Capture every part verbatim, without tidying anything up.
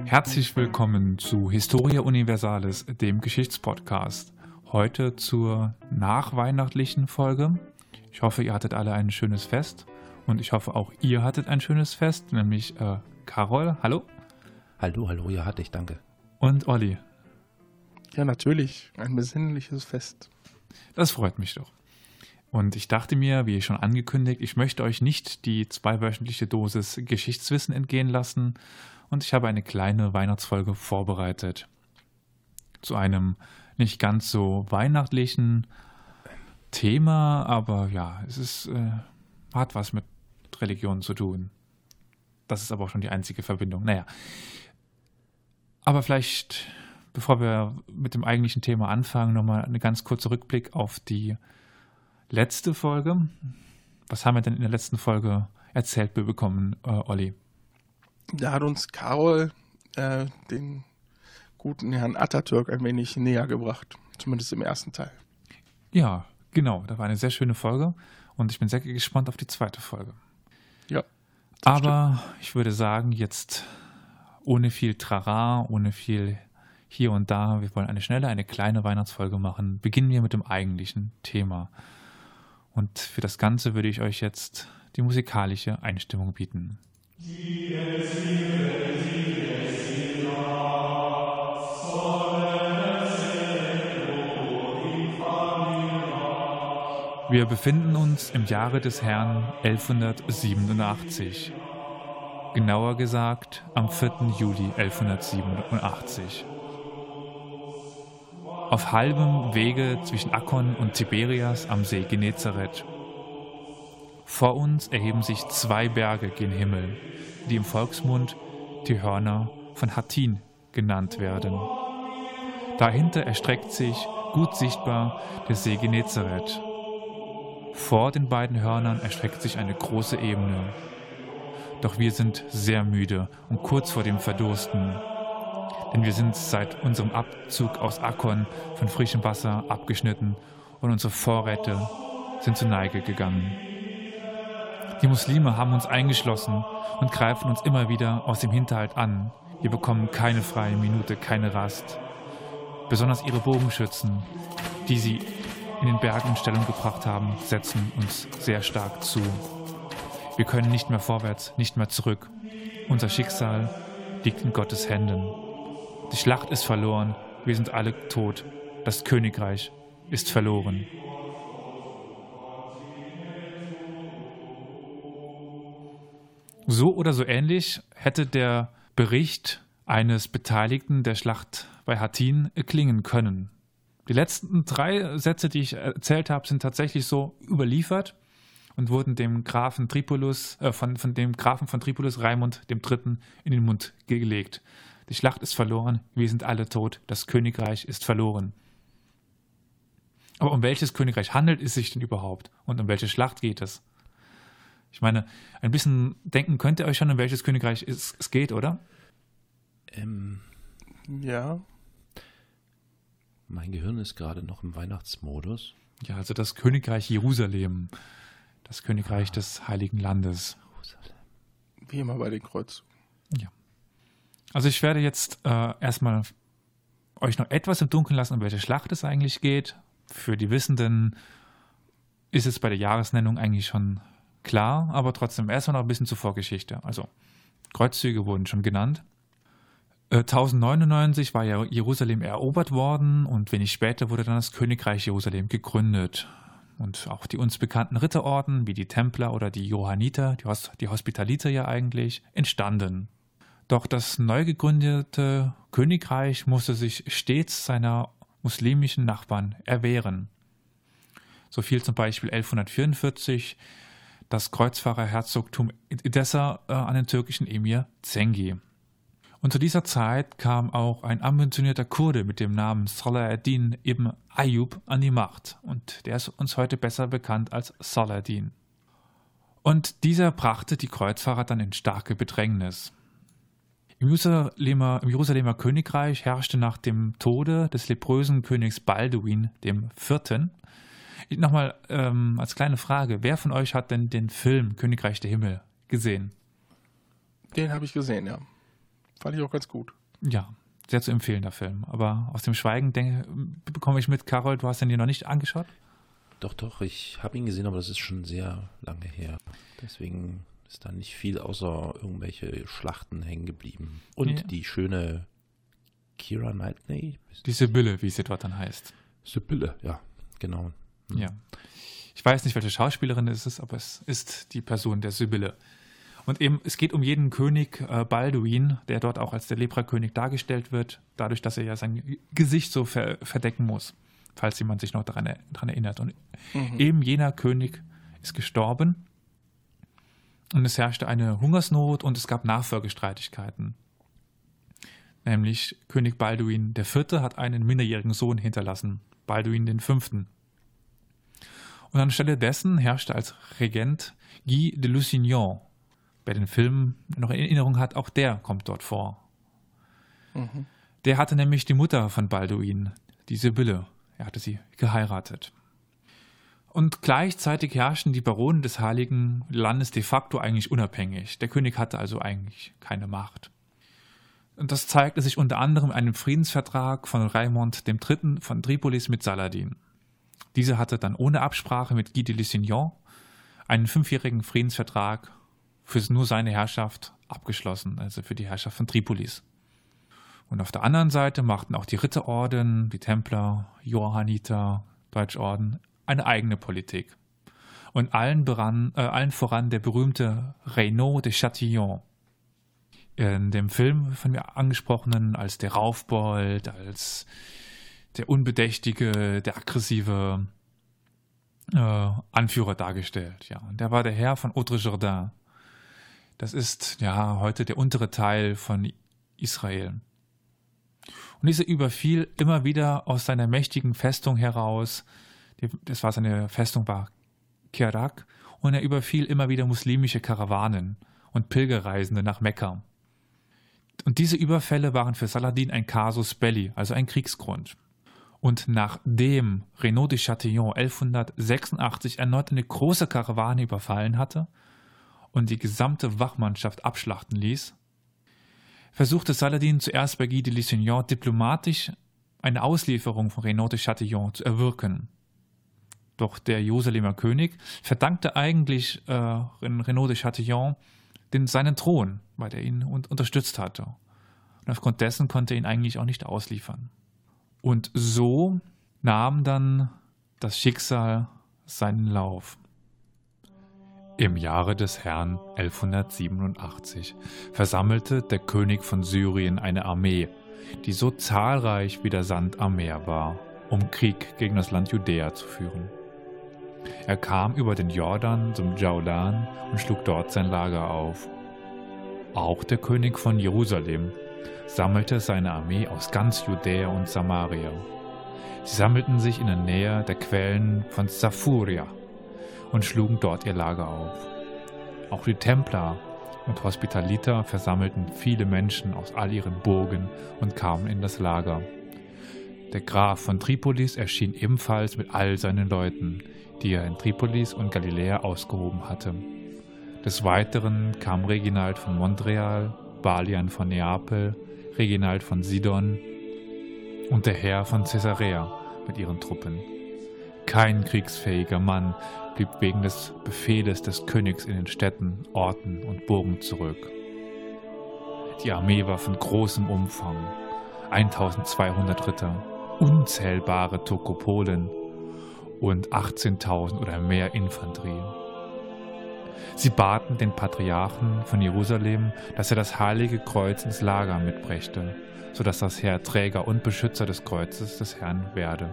Herzlich willkommen zu Historia Universalis, dem Geschichtspodcast. Heute zur nachweihnachtlichen Folge. Ich hoffe, ihr hattet alle ein schönes Fest und ich hoffe auch ihr hattet ein schönes Fest, nämlich äh, Carol, hallo. Hallo, hallo, ja, hatte ich, danke. Und Olli. Ja, natürlich, ein besinnliches Fest. Das freut mich doch. Und ich dachte mir, wie schon angekündigt, ich möchte euch nicht die zweiwöchentliche Dosis Geschichtswissen entgehen lassen und ich habe eine kleine Weihnachtsfolge vorbereitet. Zu einem nicht ganz so weihnachtlichen Thema, aber ja, es ist, äh, hat was mit Religion zu tun. Das ist aber auch schon die einzige Verbindung. Naja, aber vielleicht, bevor wir mit dem eigentlichen Thema anfangen, nochmal eine ganz kurze Rückblick auf die letzte Folge. Was haben wir denn in der letzten Folge erzählt bekommen, äh, Olli? Da hat uns Carol äh, den guten Herrn Atatürk ein wenig näher gebracht, zumindest im ersten Teil. Ja, genau. Da war eine sehr schöne Folge und ich bin sehr gespannt auf die zweite Folge. Ja. Aber stimmt. Ich würde sagen, jetzt ohne viel Trara, ohne viel hier und da, wir wollen eine schnelle, eine kleine Weihnachtsfolge machen. Beginnen wir mit dem eigentlichen Thema. Und für das Ganze würde ich euch jetzt die musikalische Einstimmung bieten. Wir befinden uns im Jahre des Herrn elfhundertsiebenundachtzig. Genauer gesagt am vierten Juli elfhundertsiebenundachtzig. Auf halbem Wege zwischen Akkon und Tiberias am See Genezareth. Vor uns erheben sich zwei Berge gen Himmel, die im Volksmund die Hörner von Hattin genannt werden. Dahinter erstreckt sich, gut sichtbar, der See Genezareth. Vor den beiden Hörnern erstreckt sich eine große Ebene. Doch wir sind sehr müde und kurz vor dem Verdursten. Denn wir sind seit unserem Abzug aus Akkon von frischem Wasser abgeschnitten und unsere Vorräte sind zur Neige gegangen. Die Muslime haben uns eingeschlossen und greifen uns immer wieder aus dem Hinterhalt an. Wir bekommen keine freie Minute, keine Rast. Besonders ihre Bogenschützen, die sie in den Bergen in Stellung gebracht haben, setzen uns sehr stark zu. Wir können nicht mehr vorwärts, nicht mehr zurück. Unser Schicksal liegt in Gottes Händen. Die Schlacht ist verloren, wir sind alle tot. Das Königreich ist verloren. So oder so ähnlich hätte der Bericht eines Beteiligten der Schlacht bei Hattin klingen können. Die letzten drei Sätze, die ich erzählt habe, sind tatsächlich so überliefert und wurden dem Grafen Tripulus, äh, von, von dem Grafen von Tripulus, Raimund der Dritte., in den Mund gelegt. Die Schlacht ist verloren, wir sind alle tot, das Königreich ist verloren. Aber um welches Königreich handelt es sich denn überhaupt? Und um welche Schlacht geht es? Ich meine, ein bisschen denken könnt ihr euch schon, um welches Königreich es, es geht, oder? Ähm, ja. Mein Gehirn ist gerade noch im Weihnachtsmodus. Ja, also das Königreich Jerusalem, das Königreich ah. des Heiligen Landes. Jerusalem. Wie immer bei den Kreuzzügen. Ja. Also ich werde jetzt äh, erstmal euch noch etwas im Dunkeln lassen, um welche Schlacht es eigentlich geht. Für die Wissenden ist es bei der Jahresnennung eigentlich schon klar, aber trotzdem erstmal noch ein bisschen zur Vorgeschichte. Also Kreuzzüge wurden schon genannt. Äh, tausendneunundneunzig war ja Jerusalem erobert worden und wenig später wurde dann das Königreich Jerusalem gegründet. Und auch die uns bekannten Ritterorden wie die Templer oder die Johanniter, die, Hos- die Hospitaliter ja eigentlich, entstanden. Doch das neu gegründete Königreich musste sich stets seiner muslimischen Nachbarn erwehren. So fiel zum Beispiel elfhundertvierundvierzig das Kreuzfahrerherzogtum Edessa äh, an den türkischen Emir Zengi. Und zu dieser Zeit kam auch ein ambitionierter Kurde mit dem Namen Saladin ibn Ayyub an die Macht. Und der ist uns heute besser bekannt als Saladin. Und dieser brachte die Kreuzfahrer dann in starke Bedrängnis. Im Jerusalemer, im Jerusalemer Königreich herrschte nach dem Tode des leprösen Königs Balduin dem Vierten. Nochmal ähm, als kleine Frage, wer von euch hat denn den Film Königreich der Himmel gesehen? Den habe ich gesehen, ja. Fand ich auch ganz gut. Ja, sehr zu empfehlender Film. Aber aus dem Schweigen denke, bekomme ich mit, Carol, du hast den dir noch nicht angeschaut? Doch, doch, ich habe ihn gesehen, aber das ist schon sehr lange her. Deswegen ist da nicht viel außer irgendwelche Schlachten hängen geblieben. Und Ja. die schöne Keira Knightley. Die Sibylle, wie sie dort dann heißt. Sibylle, ja, genau. Hm. Ja. Ich weiß nicht, welche Schauspielerin es ist, aber es ist die Person der Sibylle. Und eben, es geht um jeden König äh, Balduin, der dort auch als der Leprakönig dargestellt wird, dadurch, dass er ja sein Gesicht so ver verdecken muss, falls jemand sich noch daran, daran erinnert. Und Mhm. eben jener König ist gestorben und es herrschte eine Hungersnot und es gab Nachfolgestreitigkeiten. Nämlich König Balduin der Vierte hat einen minderjährigen Sohn hinterlassen, Balduin den Fünften. Und anstelle dessen herrschte als Regent Guy de Lusignan. Wer den Film noch in Erinnerung hat, auch der kommt dort vor. Mhm. Der hatte nämlich die Mutter von Balduin, die Sibylle. Er hatte sie geheiratet. Und gleichzeitig herrschten die Baronen des Heiligen Landes de facto eigentlich unabhängig. Der König hatte also eigentlich keine Macht. Und das zeigte sich unter anderem in einem Friedensvertrag von Raimond der Dritte von Tripolis mit Saladin. Dieser hatte dann ohne Absprache mit Guy de Lusignan einen fünfjährigen Friedensvertrag für nur seine Herrschaft abgeschlossen, also für die Herrschaft von Tripolis. Und auf der anderen Seite machten auch die Ritterorden, die Templer, Johanniter, Deutschorden eine eigene Politik. Und allen, beran, äh, allen voran der berühmte Renaud de Chatillon. In dem Film von mir angesprochenen als der Raufbold, als der Unbedächtige, der aggressive äh, Anführer dargestellt. Ja, und der war der Herr von Audre-Jourdain. Das ist ja heute der untere Teil von Israel. Und dieser überfiel immer wieder aus seiner mächtigen Festung heraus. Das war seine Festung war Kerak. Und er überfiel immer wieder muslimische Karawanen und Pilgerreisende nach Mekka. Und diese Überfälle waren für Saladin ein Casus belli, also ein Kriegsgrund. Und nachdem Renaud de Chatillon elfhundertsechsundachtzig erneut eine große Karawane überfallen hatte und die gesamte Wachmannschaft abschlachten ließ, versuchte Saladin zuerst bei Guy de Lusignan diplomatisch eine Auslieferung von Renaud de Chatillon zu erwirken. Doch der Jerusalemer König verdankte eigentlich äh, Renaud de Chatillon den, seinen Thron, weil er ihn un- unterstützt hatte. Und aufgrund dessen konnte er ihn eigentlich auch nicht ausliefern. Und so nahm dann das Schicksal seinen Lauf. Im Jahre des Herrn elfhundertsiebenundachtzig versammelte der König von Syrien eine Armee, die so zahlreich wie der Sand am Meer war, um Krieg gegen das Land Judäa zu führen. Er kam über den Jordan zum Jaulan und schlug dort sein Lager auf. Auch der König von Jerusalem sammelte seine Armee aus ganz Judäa und Samaria. Sie sammelten sich in der Nähe der Quellen von Saphuria und schlugen dort ihr Lager auf. Auch die Templer und Hospitaliter versammelten viele Menschen aus all ihren Burgen und kamen in das Lager. Der Graf von Tripolis erschien ebenfalls mit all seinen Leuten, die er in Tripolis und Galiläa ausgehoben hatte. Des Weiteren kam Reginald von Montreal, Balian von Neapel, Reginald von Sidon und der Herr von Caesarea mit ihren Truppen. Kein kriegsfähiger Mann blieb wegen des Befehles des Königs in den Städten, Orten und Burgen zurück. Die Armee war von großem Umfang, eintausendzweihundert Ritter, unzählbare Tokopolen und achtzehntausend oder mehr Infanterie. Sie baten den Patriarchen von Jerusalem, dass er das heilige Kreuz ins Lager mitbrächte, sodass das Heer Träger und Beschützer des Kreuzes des Herrn werde.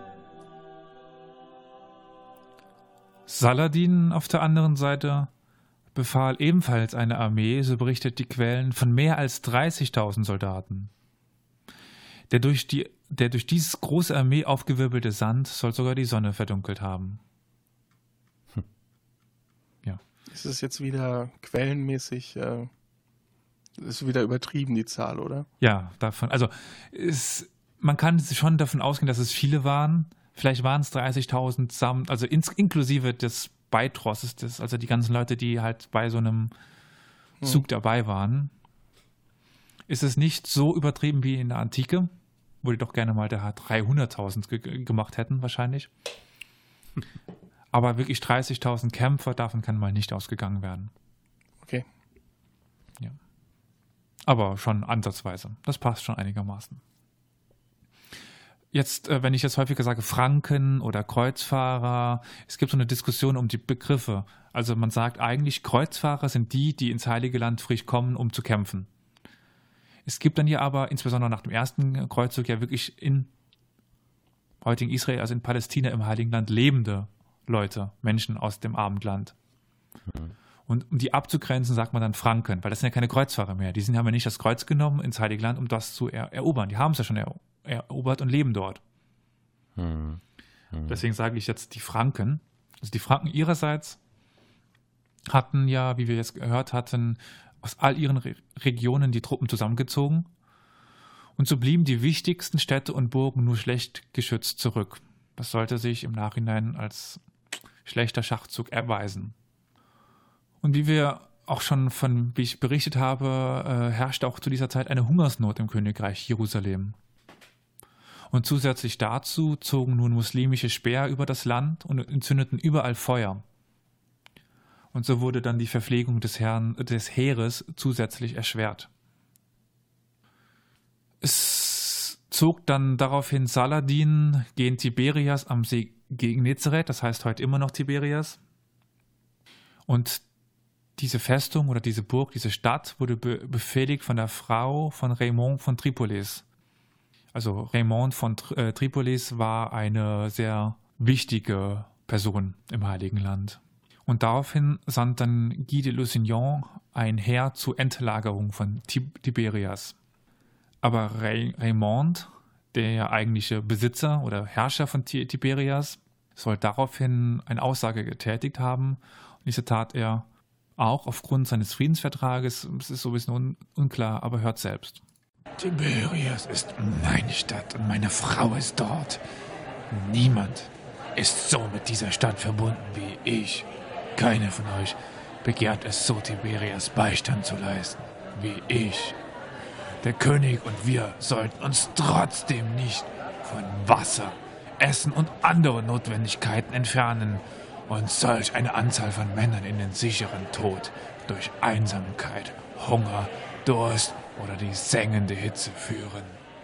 Saladin auf der anderen Seite befahl ebenfalls eine Armee, so berichtet die Quellen, von mehr als dreißigtausend Soldaten. Der durch, die, der durch dieses große Armee aufgewirbelte Sand soll sogar die Sonne verdunkelt haben. Hm. Ja. Ist es jetzt wieder quellenmäßig, äh, ist wieder übertrieben, die Zahl, oder? Ja, davon, also es, man kann schon davon ausgehen, dass es viele waren. Vielleicht waren es dreißigtausend, also ins, inklusive des Beitrosses, des, also die ganzen Leute, die halt bei so einem Zug hm. dabei waren. ist es nicht so übertrieben wie in der Antike, wo die doch gerne mal der dreihunderttausend ge- gemacht hätten wahrscheinlich. Aber wirklich dreißigtausend Kämpfer, davon kann mal nicht ausgegangen werden. Okay. Ja. Aber schon ansatzweise. Das passt schon einigermaßen. Jetzt, äh, wenn ich jetzt häufiger sage Franken oder Kreuzfahrer, es gibt so eine Diskussion um die Begriffe. Also man sagt eigentlich, Kreuzfahrer sind die, die ins Heilige Land frisch kommen, um zu kämpfen. Es gibt dann hier aber, insbesondere nach dem ersten Kreuzzug, ja wirklich in heutigen Israel, also in Palästina im Heiligen Land lebende Leute, Menschen aus dem Abendland. Mhm. Und um die abzugrenzen, sagt man dann Franken, weil das sind ja keine Kreuzfahrer mehr. Die sind, haben ja nicht das Kreuz genommen ins Heilige Land, um das zu er- erobern. Die haben es ja schon er- erobert und leben dort. Mhm. Mhm. Deswegen sage ich jetzt die Franken. Also die Franken ihrerseits hatten ja, wie wir jetzt gehört hatten, aus all ihren Re- Regionen die Truppen zusammengezogen. Und so blieben die wichtigsten Städte und Burgen nur schlecht geschützt zurück. Das sollte sich im Nachhinein als schlechter Schachzug erweisen. Und wie wir auch schon von, wie ich berichtet habe, äh, herrschte auch zu dieser Zeit eine Hungersnot im Königreich Jerusalem. Und zusätzlich dazu zogen nun muslimische Späher über das Land und entzündeten überall Feuer. Und so wurde dann die Verpflegung des, Herrn, des Heeres zusätzlich erschwert. Es zog dann daraufhin Saladin gen Tiberias am See gegen Genezareth, das heißt heute immer noch Tiberias. Und diese Festung oder diese Burg, diese Stadt wurde be- befehligt von der Frau von Raymond von Tripolis. Also Raymond von Tri- äh, Tripolis war eine sehr wichtige Person im Heiligen Land. Und daraufhin sandt dann Guy de Lusignan ein Heer zur Endlagerung von Tib- Tiberias. Aber Ray- Raymond, der eigentliche Besitzer oder Herrscher von T- Tiberias, soll daraufhin eine Aussage getätigt haben. Und diese tat er auch aufgrund seines Friedensvertrages. Es ist so ein bisschen un- unklar, aber hört selbst. Tiberias ist meine Stadt und meine Frau ist dort. Niemand ist so mit dieser Stadt verbunden wie ich. Keiner von euch begehrt es so, Tiberias Beistand zu leisten, wie ich. Der König und wir sollten uns trotzdem nicht von Wasser, Essen und anderen Notwendigkeiten entfernen und solch eine Anzahl von Männern in den sicheren Tod durch Einsamkeit, Hunger, Durst oder die sengende Hitze führen.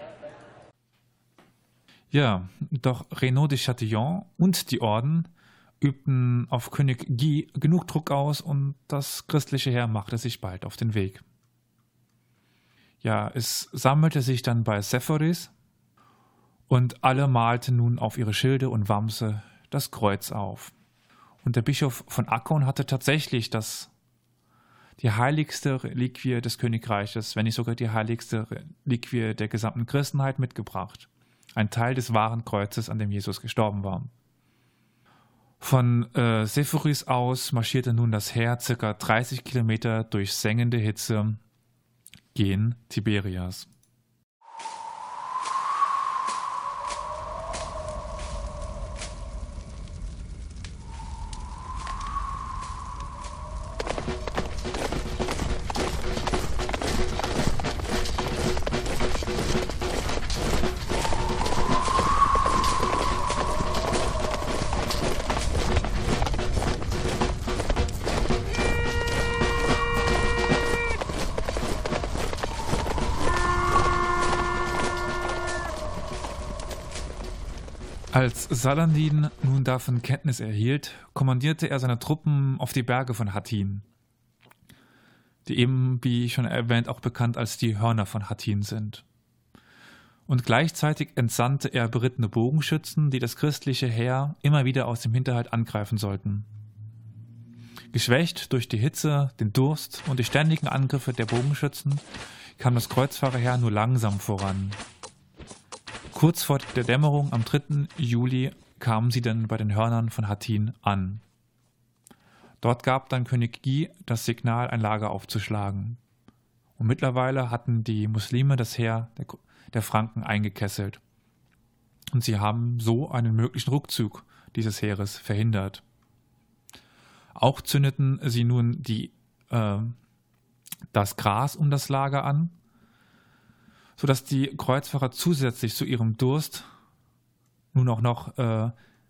Ja, doch Renaud de Chatillon und die Orden übten auf König Guy genug Druck aus und das christliche Heer machte sich bald auf den Weg. Ja, es sammelte sich dann bei Sephoris und alle malten nun auf ihre Schilde und Wamse das Kreuz auf. Und der Bischof von Akkon hatte tatsächlich das, die heiligste Reliquie des Königreiches, wenn nicht sogar die heiligste Reliquie der gesamten Christenheit mitgebracht. Ein Teil des wahren Kreuzes, an dem Jesus gestorben war. Von äh, Sephoris aus marschierte nun das Heer circa dreißig Kilometer durch sengende Hitze gen Tiberias. Als Saladin nun davon Kenntnis erhielt, kommandierte er seine Truppen auf die Berge von Hattin, die eben, wie schon erwähnt, auch bekannt als die Hörner von Hattin sind. Und gleichzeitig entsandte er berittene Bogenschützen, die das christliche Heer immer wieder aus dem Hinterhalt angreifen sollten. Geschwächt durch die Hitze, den Durst und die ständigen Angriffe der Bogenschützen kam das Kreuzfahrerheer nur langsam voran. Kurz vor der Dämmerung am dritten Juli kamen sie dann bei den Hörnern von Hattin an. Dort gab dann König Guy das Signal, ein Lager aufzuschlagen. Und mittlerweile hatten die Muslime das Heer der, der Franken eingekesselt. Und sie haben so einen möglichen Rückzug dieses Heeres verhindert. Auch zündeten sie nun die, äh, das Gras um das Lager an, sodass die Kreuzfahrer zusätzlich zu ihrem Durst nun auch noch äh,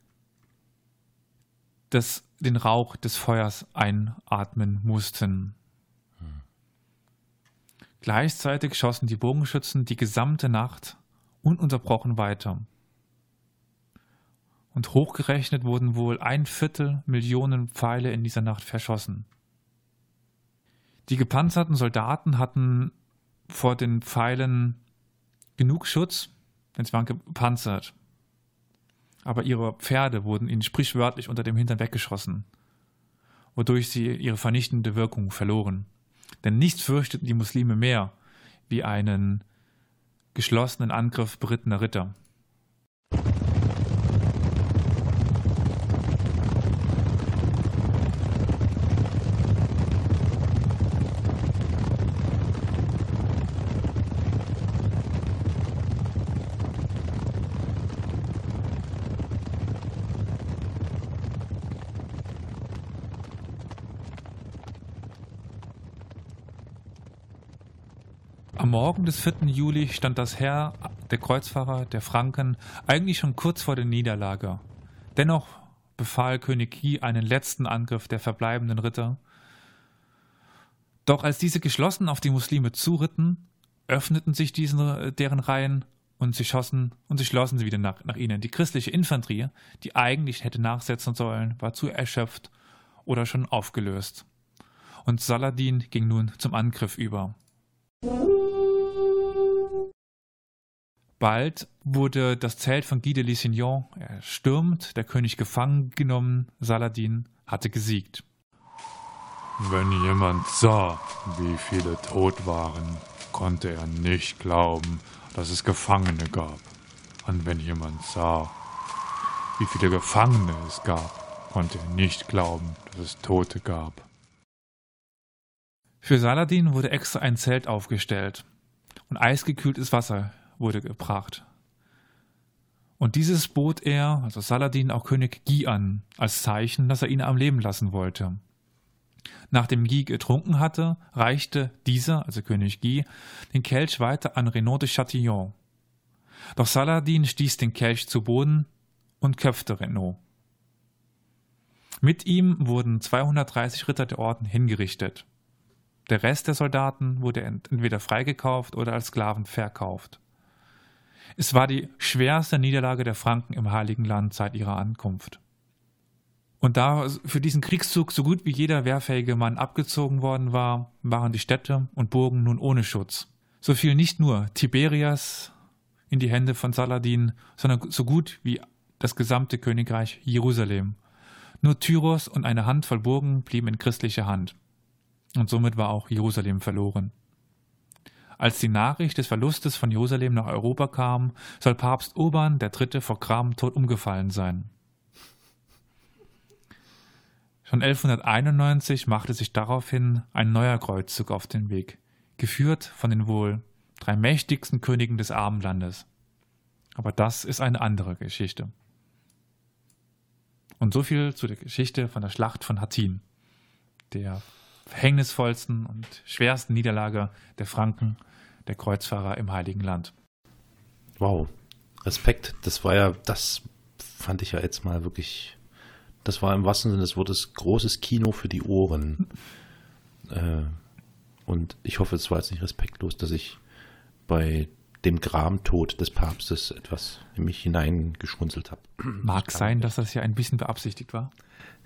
das, den Rauch des Feuers einatmen mussten. Hm. Gleichzeitig schossen die Bogenschützen die gesamte Nacht ununterbrochen weiter. Und hochgerechnet wurden wohl ein Viertel Millionen Pfeile in dieser Nacht verschossen. Die gepanzerten Soldaten hatten vor den Pfeilen genug Schutz, denn sie waren gepanzert. Aber ihre Pferde wurden ihnen sprichwörtlich unter dem Hintern weggeschossen, wodurch sie ihre vernichtende Wirkung verloren. Denn nichts fürchteten die Muslime mehr wie einen geschlossenen Angriff berittener Ritter. Am Morgen des vierten Juli stand das Heer der Kreuzfahrer, der Franken, eigentlich schon kurz vor der Niederlage. Dennoch befahl König Guy einen letzten Angriff der verbleibenden Ritter. Doch als diese geschlossen auf die Muslime zuritten, öffneten sich diesen, deren Reihen und sie schossen und sie schlossen sie wieder nach, nach ihnen. Die christliche Infanterie, die eigentlich hätte nachsetzen sollen, war zu erschöpft oder schon aufgelöst. Und Saladin ging nun zum Angriff über. Bald wurde das Zelt von Guy de Lusignan erstürmt, der König gefangen genommen, Saladin hatte gesiegt. Wenn jemand sah, wie viele tot waren, konnte er nicht glauben, dass es Gefangene gab. Und wenn jemand sah, wie viele Gefangene es gab, konnte er nicht glauben, dass es Tote gab. Für Saladin wurde extra ein Zelt aufgestellt und eisgekühltes Wasser wurde gebracht. Und dieses bot er, also Saladin, auch König Guy an, als Zeichen, dass er ihn am Leben lassen wollte. Nachdem Guy getrunken hatte, reichte dieser, also König Guy, den Kelch weiter an Renaud de Chatillon. Doch Saladin stieß den Kelch zu Boden und köpfte Renaud. Mit ihm wurden zweihundertdreißig Ritter der Orden hingerichtet. Der Rest der Soldaten wurde entweder freigekauft oder als Sklaven verkauft. Es war die schwerste Niederlage der Franken im Heiligen Land seit ihrer Ankunft. Und da für diesen Kriegszug so gut wie jeder wehrfähige Mann abgezogen worden war, waren die Städte und Burgen nun ohne Schutz. So fiel nicht nur Tiberias in die Hände von Saladin, sondern so gut wie das gesamte Königreich Jerusalem. Nur Tyros und eine Handvoll Burgen blieben in christlicher Hand. Und somit war auch Jerusalem verloren. Als die Nachricht des Verlustes von Jerusalem nach Europa kam, soll Papst Urban der Dritte vor Gram tot umgefallen sein. Schon elfhunderteinundneunzig machte sich daraufhin ein neuer Kreuzzug auf den Weg, geführt von den wohl drei mächtigsten Königen des Abendlandes. Aber das ist eine andere Geschichte. Und so viel zu der Geschichte von der Schlacht von Hattin, der verhängnisvollsten und schwersten Niederlage der Franken, der Kreuzfahrer im Heiligen Land. Wow, Respekt. Das war ja, das fand ich ja jetzt mal wirklich, das war im wahrsten Sinne des Wortes großes Kino für die Ohren. äh, und ich hoffe, es war jetzt nicht respektlos, dass ich bei dem Gramtod des Papstes etwas in mich hineingeschmunzelt habe. Mag sein, dass das ja ein bisschen beabsichtigt war.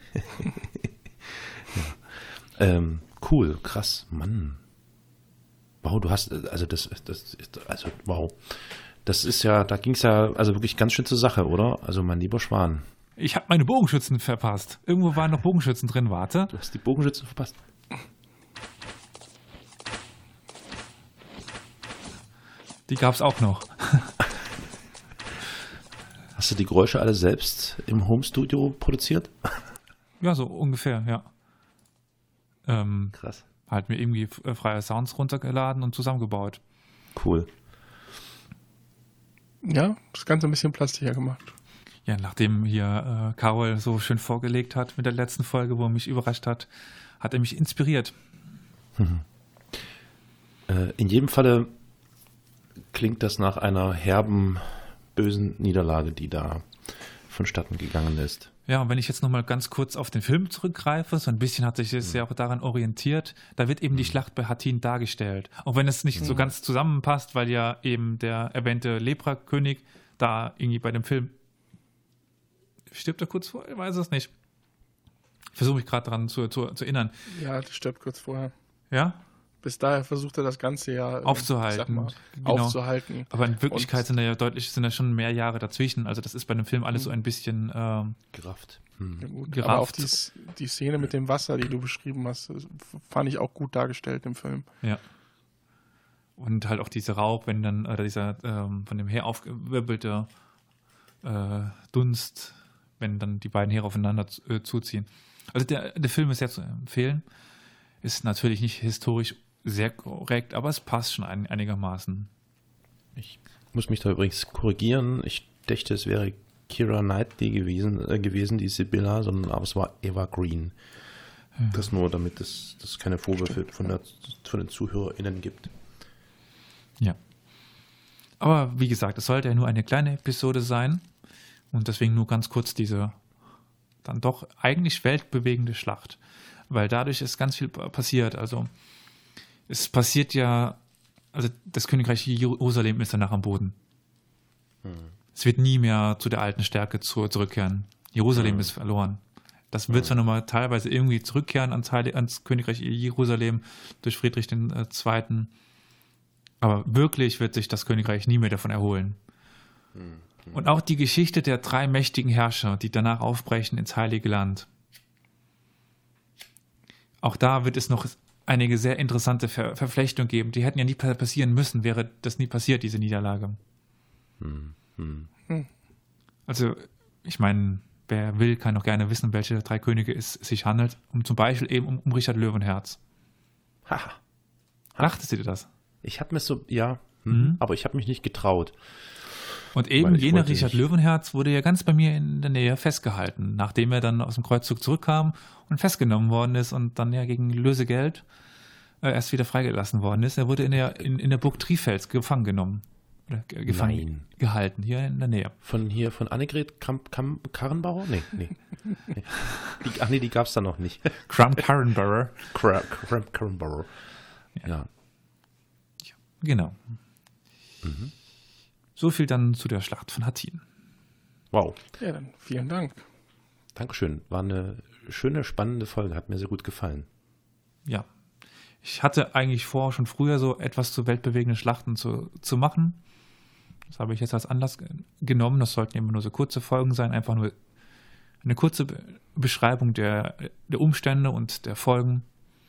Ja. Ähm, cool, krass, Mann. Wow, du hast, also das, das, also wow. Das ist ja, da ging es ja also wirklich ganz schön zur Sache, oder? Also mein lieber Schwan. Ich habe meine Bogenschützen verpasst. Irgendwo waren noch Bogenschützen drin, warte. Du hast die Bogenschützen verpasst. Die gab's auch noch. Hast du die Geräusche alle selbst im Homestudio produziert? Ja, so ungefähr, ja. Ähm, Krass. Halt mir irgendwie freie Sounds runtergeladen und zusammengebaut. Cool. Ja, das Ganze ein bisschen plastischer gemacht. Ja, nachdem hier äh, Carol so schön vorgelegt hat mit der letzten Folge, wo er mich überrascht hat, hat er mich inspiriert. Mhm. Äh, in jedem Falle klingt das nach einer herben, bösen Niederlage, die da vonstatten gegangen ist. Ja, und wenn ich jetzt nochmal ganz kurz auf den Film zurückgreife, so ein bisschen hat sich das mhm. ja auch daran orientiert, da wird eben mhm. die Schlacht bei Hattin dargestellt. Auch wenn es nicht mhm. so ganz zusammenpasst, weil ja eben der erwähnte Lepra-König da irgendwie bei dem Film stirbt er kurz vorher? Ich weiß es nicht. Ich versuche mich gerade daran zu, zu, zu erinnern. Ja, der stirbt kurz vorher. Ja? Bis daher versucht er das Ganze ja aufzuhalten. Sag mal, genau. aufzuhalten. Aber in Wirklichkeit und sind da ja deutlich, sind da schon mehr Jahre dazwischen. Also das ist bei dem Film alles so ein bisschen ähm, gerafft. Hm. Ja, gut. gerafft. Aber auch die, die Szene mit dem Wasser, die du beschrieben hast, fand ich auch gut dargestellt im Film. Ja. Und halt auch dieser Rauch, wenn dann, oder dieser ähm, von dem Heer aufgewirbelte äh, Dunst, wenn dann die beiden Heere aufeinander äh, zuziehen. Also der, der Film ist sehr zu empfehlen. Ist natürlich nicht historisch sehr korrekt, aber es passt schon ein, einigermaßen. Ich muss mich da übrigens korrigieren. Ich dachte, es wäre Keira Knightley gewesen, äh, gewesen die Sibylla, sondern aber es war Eva Green. Ja. Das nur, damit es das keine Vorwürfe von, der, von den ZuhörerInnen gibt. Ja. Aber wie gesagt, es sollte ja nur eine kleine Episode sein und deswegen nur ganz kurz diese dann doch eigentlich weltbewegende Schlacht. Weil dadurch ist ganz viel passiert. Also es passiert ja, also das Königreich Jerusalem ist danach am Boden. Hm. Es wird nie mehr zu der alten Stärke zu, zurückkehren. Jerusalem hm. ist verloren. Das wird hm. zwar nochmal teilweise irgendwie zurückkehren ans, Heil, ans Königreich Jerusalem durch Friedrich der Zweite. Aber wirklich wird sich das Königreich nie mehr davon erholen. Hm. Hm. Und auch die Geschichte der drei mächtigen Herrscher, die danach aufbrechen ins Heilige Land. Auch da wird es noch einige sehr interessante Ver- Verflechtungen geben. Die hätten ja nie passieren müssen, wäre das nie passiert, diese Niederlage. Hm. Hm. Hm. Also, ich meine, wer will, kann auch gerne wissen, welche drei Könige es sich handelt. Um zum Beispiel eben um, um Richard Löwenherz. Haha. Dachtest du dir das? Ich habe mir so, ja, mhm. aber ich habe mich nicht getraut. Und eben jener Richard nicht. Löwenherz wurde ja ganz bei mir in der Nähe festgehalten, nachdem er dann aus dem Kreuzzug zurückkam und festgenommen worden ist und dann ja gegen Lösegeld äh, erst wieder freigelassen worden ist. Er wurde in der, in, in der Burg Trifels gefangen genommen. Oder ge- gefangen Nein. gehalten, hier in der Nähe. Von hier, von Annegret Kamp- Kamp- Karrenbauer? Nee, nee. nee. Die, ach nee, die gab es da noch nicht. Crump-Karrenbauer. Crump-Karrenbauer. Ja. ja. Genau. Mhm. So viel dann zu der Schlacht von Hattin. Wow. Ja, dann vielen Dank. Dankeschön. War eine schöne, spannende Folge. Hat mir sehr gut gefallen. Ja. Ich hatte eigentlich vor, schon früher so etwas zu weltbewegenden Schlachten zu, zu machen. Das habe ich jetzt als Anlass genommen. Das sollten immer nur so kurze Folgen sein. Einfach nur eine kurze Be- Beschreibung der, der Umstände und der Folgen.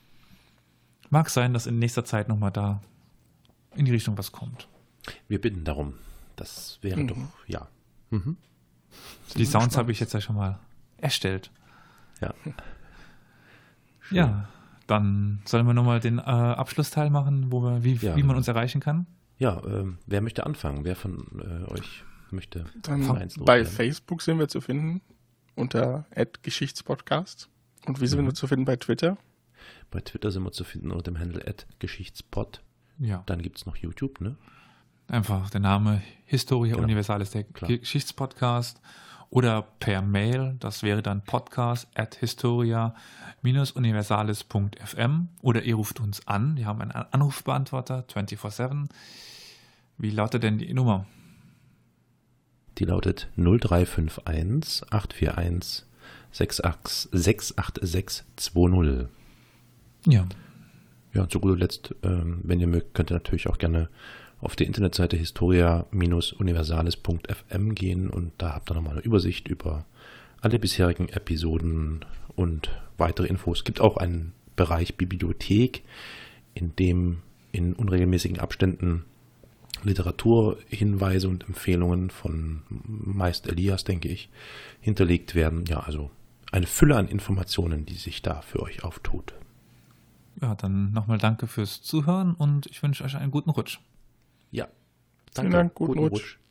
Mag sein, dass in nächster Zeit nochmal da in die Richtung was kommt. Wir bitten darum. Das wäre mhm. doch, ja. Mhm. Die Sounds habe ich jetzt ja schon mal erstellt. Ja. Schön. Ja, dann sollen wir nochmal den äh, Abschlussteil machen, wo wir, wie, ja. wie man uns erreichen kann. Ja, ähm, wer möchte anfangen? Wer von äh, euch möchte? Dann bei Facebook sind wir zu finden unter at Geschichtspodcast. Und wie sind mhm. wir zu finden bei Twitter? Bei Twitter sind wir zu finden unter dem Handle at Geschichtspod. Ja. Dann gibt es noch YouTube, ne? Einfach der Name Historia genau. Universalis, der Klar. Geschichtspodcast. Oder per Mail, das wäre dann podcast at historia universalis punkt f m. Oder ihr ruft uns an, wir haben einen Anrufbeantworter vierundzwanzig sieben. Wie lautet denn die Nummer? Die lautet null drei fünf eins acht vier eins sechs acht sechs zwei null. Ja. Ja, zu guter Letzt, ähm, wenn ihr mögt, könnt ihr natürlich auch gerne auf die Internetseite historia universalis punkt f m gehen und da habt ihr nochmal eine Übersicht über alle bisherigen Episoden und weitere Infos. Es gibt auch einen Bereich Bibliothek, in dem in unregelmäßigen Abständen Literaturhinweise und Empfehlungen von meist Elias, denke ich, hinterlegt werden. Ja, also eine Fülle an Informationen, die sich da für euch auftut. Ja, dann nochmal danke fürs Zuhören und ich wünsche euch einen guten Rutsch. Ja, danke. Vielen Dank, guten, guten Rutsch. Rutsch.